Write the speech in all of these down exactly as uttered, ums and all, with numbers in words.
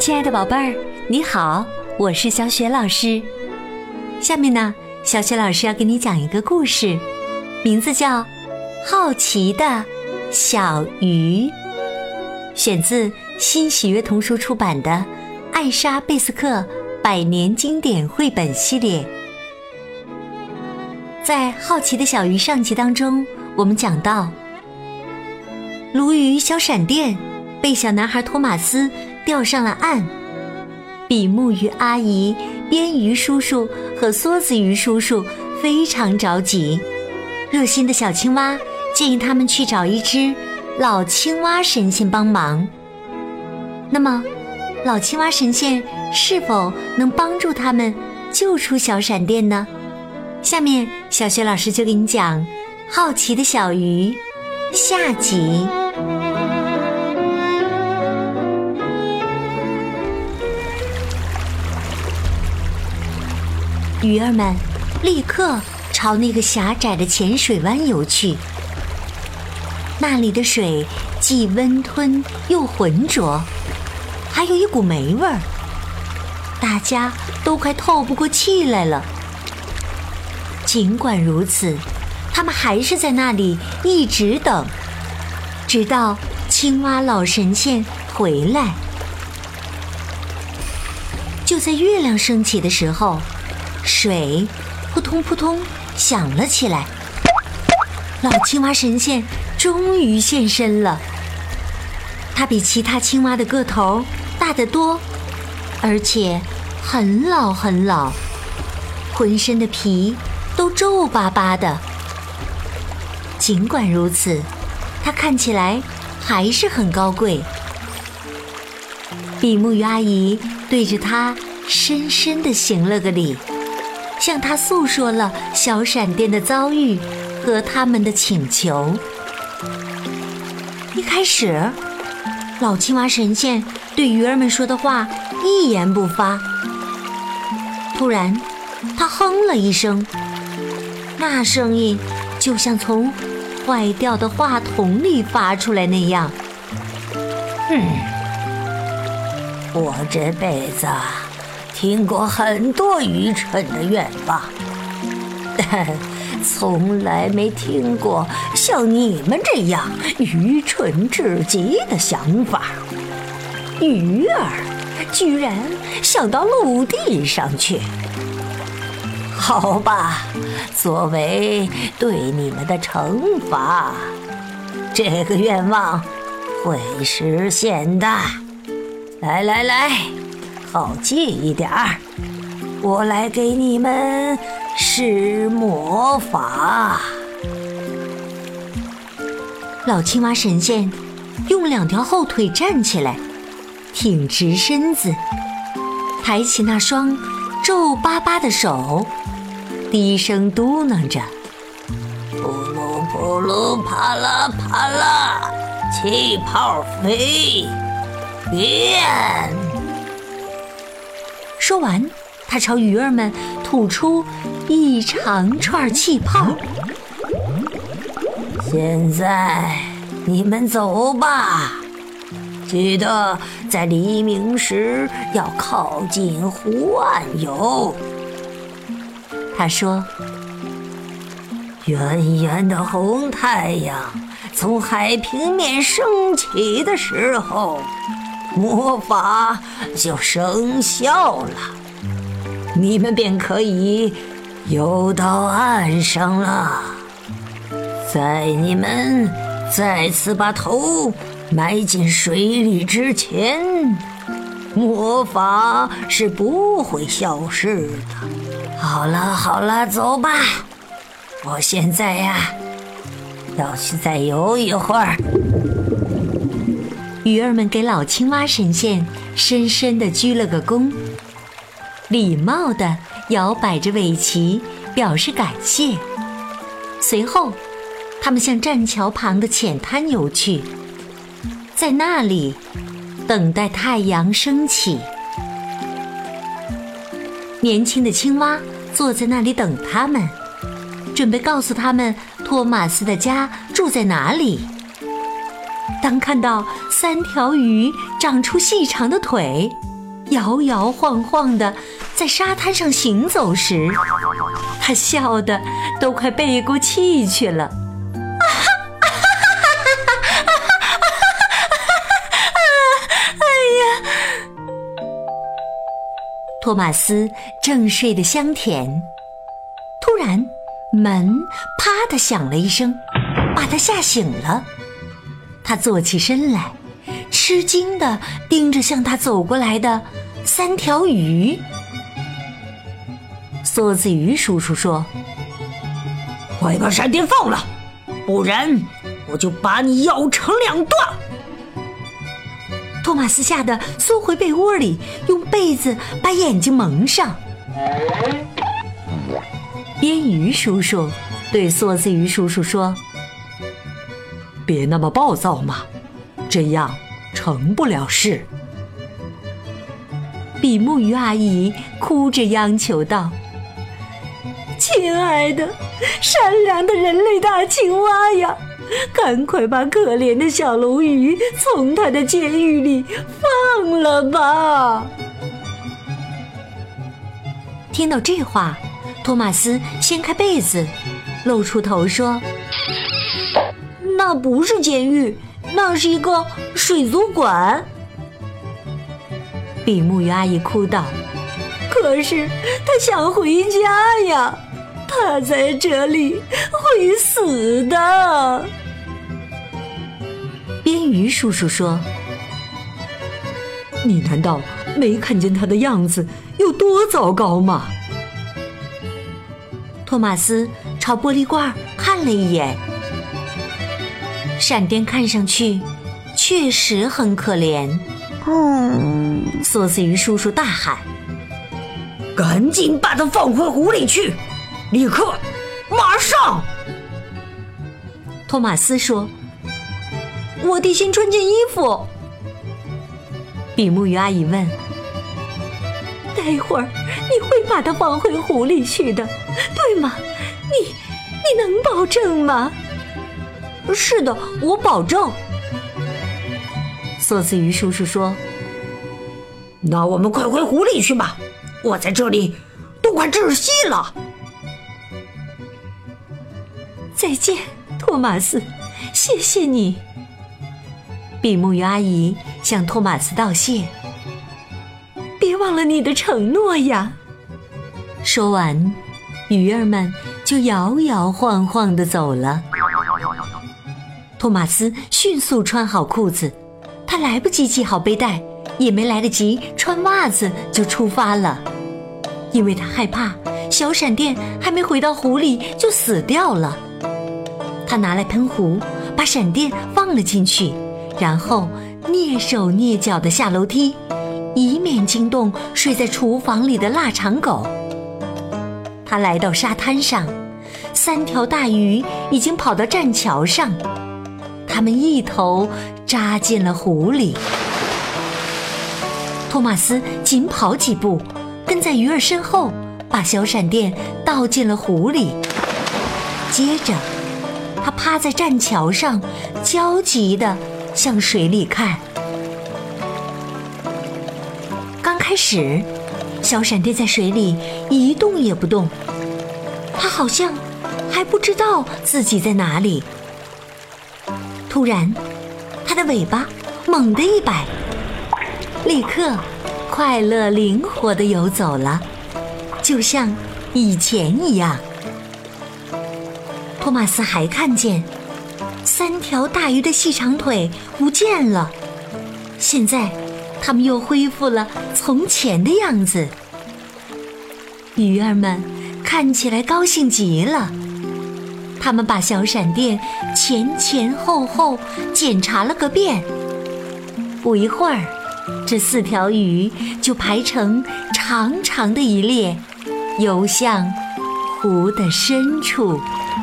亲爱的宝贝儿，你好，我是小雪老师。下面呢，小雪老师要给你讲一个故事，名字叫《好奇的小鱼》，选自新喜悦童书出版的艾莎贝斯克百年经典绘本系列。在《好奇的小鱼》上集当中，我们讲到鲈鱼小闪电被小男孩托马斯钓上了岸，比目鱼阿姨、边鱼叔叔和梭子鱼叔叔非常着急，热心的小青蛙建议他们去找一只老青蛙神仙帮忙。那么老青蛙神仙是否能帮助他们救出小闪电呢？下面小雪老师就给你讲《好奇的小鱼》下集。鱼儿们立刻朝那个狭窄的浅水湾游去，那里的水既温吞又浑浊，还有一股霉味儿，大家都快透不过气来了。尽管如此，他们还是在那里一直等，直到青蛙老神仙回来。就在月亮升起的时候，水扑通扑通响了起来，老青蛙神仙终于现身了。他比其他青蛙的个头大得多，而且很老很老，浑身的皮都皱巴巴的。尽管如此，他看起来还是很高贵。比目鱼阿姨对着他深深地行了个礼，向他诉说了小闪电的遭遇和他们的请求。一开始，老青蛙神仙对鱼儿们说的话一言不发。突然，他哼了一声，那声音就像从坏掉的话筒里发出来那样。 嗯，我这辈子听过很多愚蠢的愿望，但从来没听过像你们这样愚蠢至极的想法。鱼儿居然想到陆地上去。好吧，作为对你们的惩罚，这个愿望会实现的。来来来，好记一点儿，我来给你们施魔法。 老青蛙神仙用两条后腿站起来，挺直身子，抬起那双皱巴巴的手，低声嘟囔着： 扑噜扑噜，啪啦啪啦，气泡飞变。 说完，他朝鱼儿们吐出一长串气泡。 现在你们走吧，记得在黎明时要靠近湖岸游。 他说， 圆圆的红太阳从海平面升起的时候，魔法就生效了，你们便可以游到岸上了。在你们再次把头埋进水里之前，魔法是不会消失的。好了好了，走吧，我现在呀要去再游一会儿。 鱼儿们给老青蛙神仙深深地鞠了个躬，礼貌地摇摆着尾鳍表示感谢。随后他们向栈桥旁的浅滩游去，在那里等待太阳升起。年轻的青蛙坐在那里等他们，准备告诉他们托马斯的家住在哪里。当看到三条鱼长出细长的腿， 摇摇晃晃地在沙滩上行走时，他笑得都快背过气去了。托马斯正睡得香甜，突然门啪地响了一声，把他吓醒了。他坐起身来，吃惊地盯着向他走过来的三条鱼。梭子鱼叔叔说：“ 快把闪电放了，不然我就把你咬成两段。” 托马斯吓得缩回被窝里，用被子把眼睛蒙上。边鱼叔叔对梭子鱼叔叔说：“ 别那么暴躁嘛，这样成不了事。” 比目鱼阿姨哭着央求道：“亲爱的，善良的人类大青蛙呀，赶快把可怜的小龙鱼从他的监狱里放了吧！”听到这话，托马斯掀开被子，露出头说：“那不是监狱，那是一个水族馆。”比目鱼阿姨哭道：“可是他想回家呀，他在这里会死的。”边鱼叔叔说：“ 你难道没看见他的样子有多糟糕吗？” 托马斯朝玻璃罐看了一眼，闪电看上去确实很可怜。嗯，梭子鱼叔叔大喊：“ 赶紧把它放回湖里去，立刻，马上！” 托马斯说：“我得先穿件衣服。”比目鱼阿姨问：“待会儿你会把它放回湖里去的，对吗？你你能保证吗？”“是的，我保证。”梭子鱼叔叔说：“ 那我们快回湖里去吧，我在这里都快窒息了。”“ 再见，托马斯，谢谢你。”比目鱼阿姨向托马斯道谢：“别忘了你的承诺呀。”说完，鱼儿们就摇摇晃晃地走了。托马斯迅速穿好裤子，他来不及系好背带，也没来得及穿袜子就出发了，因为他害怕小闪电还没回到湖里就死掉了。他拿来喷壶，把闪电放了进去，然后蹑手蹑脚地下楼梯，以免惊动睡在厨房里的腊肠狗。他来到沙滩上，三条大鱼已经跑到栈桥上，它们一头扎进了湖里。托马斯紧跑几步，跟在鱼儿身后，把小闪电倒进了湖里。接着他趴在栈桥上，焦急地向水里看。刚开始，小闪电在水里一动也不动，他好像还不知道自己在哪里。突然，他的尾巴猛地一摆，立刻快乐灵活地游走了，就像以前一样。托马斯还看见三条大鱼的细长腿不见了，现在它们又恢复了从前的样子。鱼儿们看起来高兴极了，他们把小闪电前前后后检查了个遍。不一会儿，这四条鱼就排成长长的一列，游向湖的深处。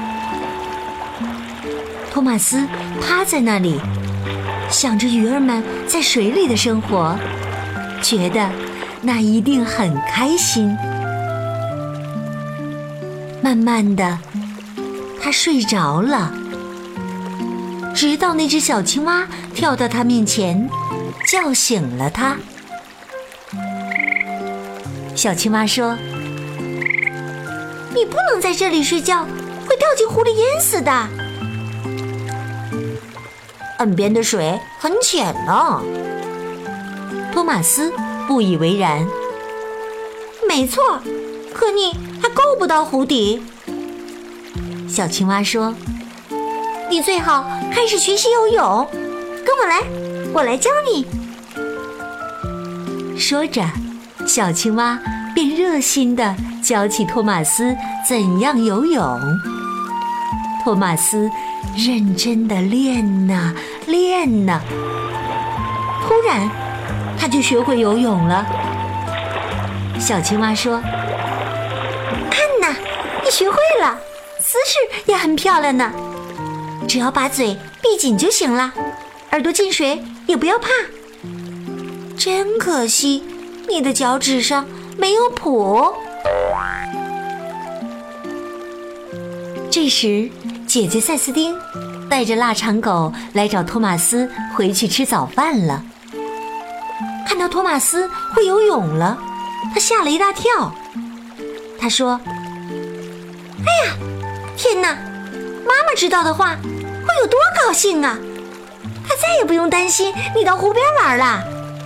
托马斯趴在那里，想着鱼儿们在水里的生活，觉得那一定很开心。慢慢的，他睡着了，直到那只小青蛙跳到他面前，叫醒了他。 小青蛙说：“你不能在这里睡觉，会掉进湖里淹死的。 岸边的水很浅呢。” 托马斯不以为然：“没错，可你还够不到湖底。”小青蛙说：“你最好开始学习游泳，跟我来，我来教你。”说着，小青蛙便热心地教起托马斯怎样游泳。托马斯认真地练呐练呐，突然他就学会游泳了。小青蛙说：“看呐，你学会了，姿势也很漂亮呢。只要把嘴闭紧就行了，耳朵进水也不要怕。真可惜，你的脚趾上没有蹼。”这时，姐姐赛斯汀带着腊肠狗来找托马斯回去吃早饭了。看到托马斯会游泳了，他吓了一大跳。他说：“哎呀，天哪！妈妈知道的话，会有多高兴啊！她再也不用担心你到湖边玩了。”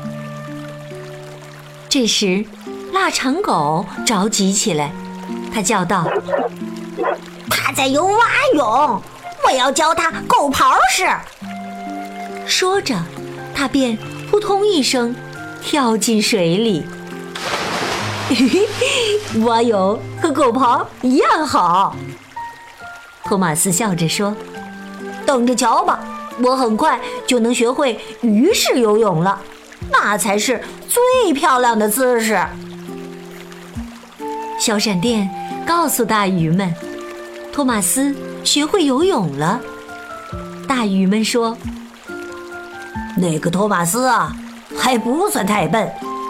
这时，腊肠狗着急起来，他叫道：“ 他在游蛙泳，我要教他狗刨式。” 说着，他便扑通一声跳进水里。嘿嘿，蛙泳和狗刨一样好。托马斯笑着说：“ 等着瞧吧，我很快就能学会鱼式游泳了，那才是最漂亮的姿势。” 小闪电告诉大鱼们，托马斯学会游泳了。大鱼们说：“ 那个托马斯啊，还不算太笨。”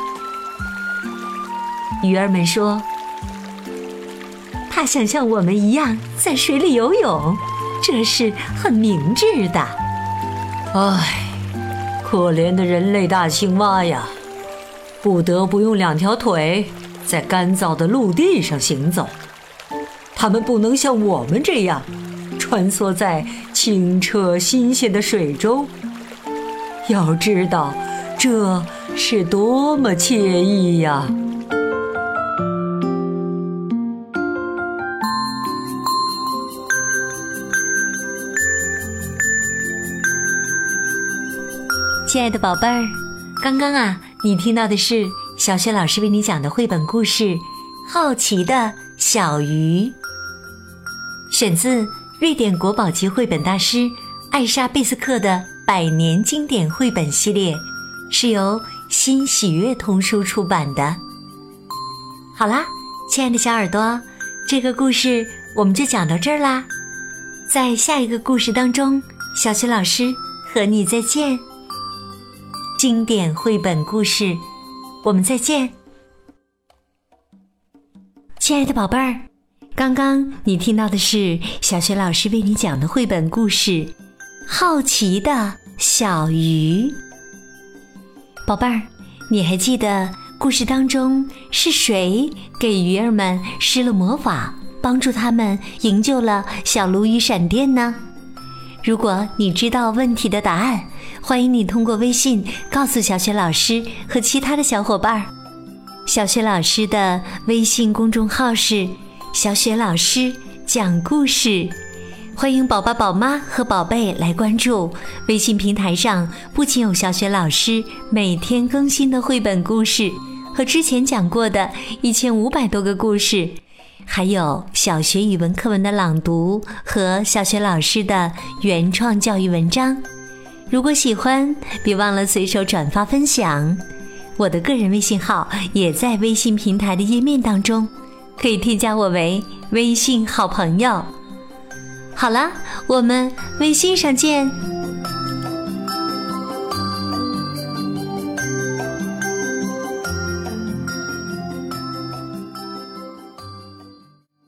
鱼儿们说：“他想像我们一样在水里游泳，这是很明智的。” 唉，可怜的人类大青蛙呀，不得不用两条腿在干燥的陆地上行走。他们不能像我们这样穿梭在清澈新鲜的水中。要知道，这是多么惬意呀！ 亲爱的宝贝儿，刚刚啊，你听到的是小雪老师为你讲的绘本故事《好奇的小鱼》，选自瑞典国宝级绘本大师艾莎贝斯克的百年经典绘本系列，是由新喜悦童书出版的。好啦，亲爱的小耳朵，这个故事我们就讲到这儿啦。在下一个故事当中，小雪老师和你再见。经典绘本故事，我们再见。亲爱的宝贝儿，刚刚你听到的是小雪老师为你讲的绘本故事《好奇的小鱼》。宝贝儿，你还记得故事当中是谁给鱼儿们施了魔法，帮助他们营救了小鲈鱼闪电呢？如果你知道问题的答案，欢迎你通过微信告诉小雪老师和其他的小伙伴。小雪老师的微信公众号是小雪老师讲故事，欢迎宝宝宝妈和宝贝来关注。微信平台上不仅有小雪老师每天更新的绘本故事和之前讲过的一千五百多个故事，还有小学语文课文的朗读和小学老师的原创教育文章。如果喜欢，别忘了随手转发分享。我的个人微信号也在微信平台的页面当中，可以添加我为微信好朋友。好了，我们微信上见。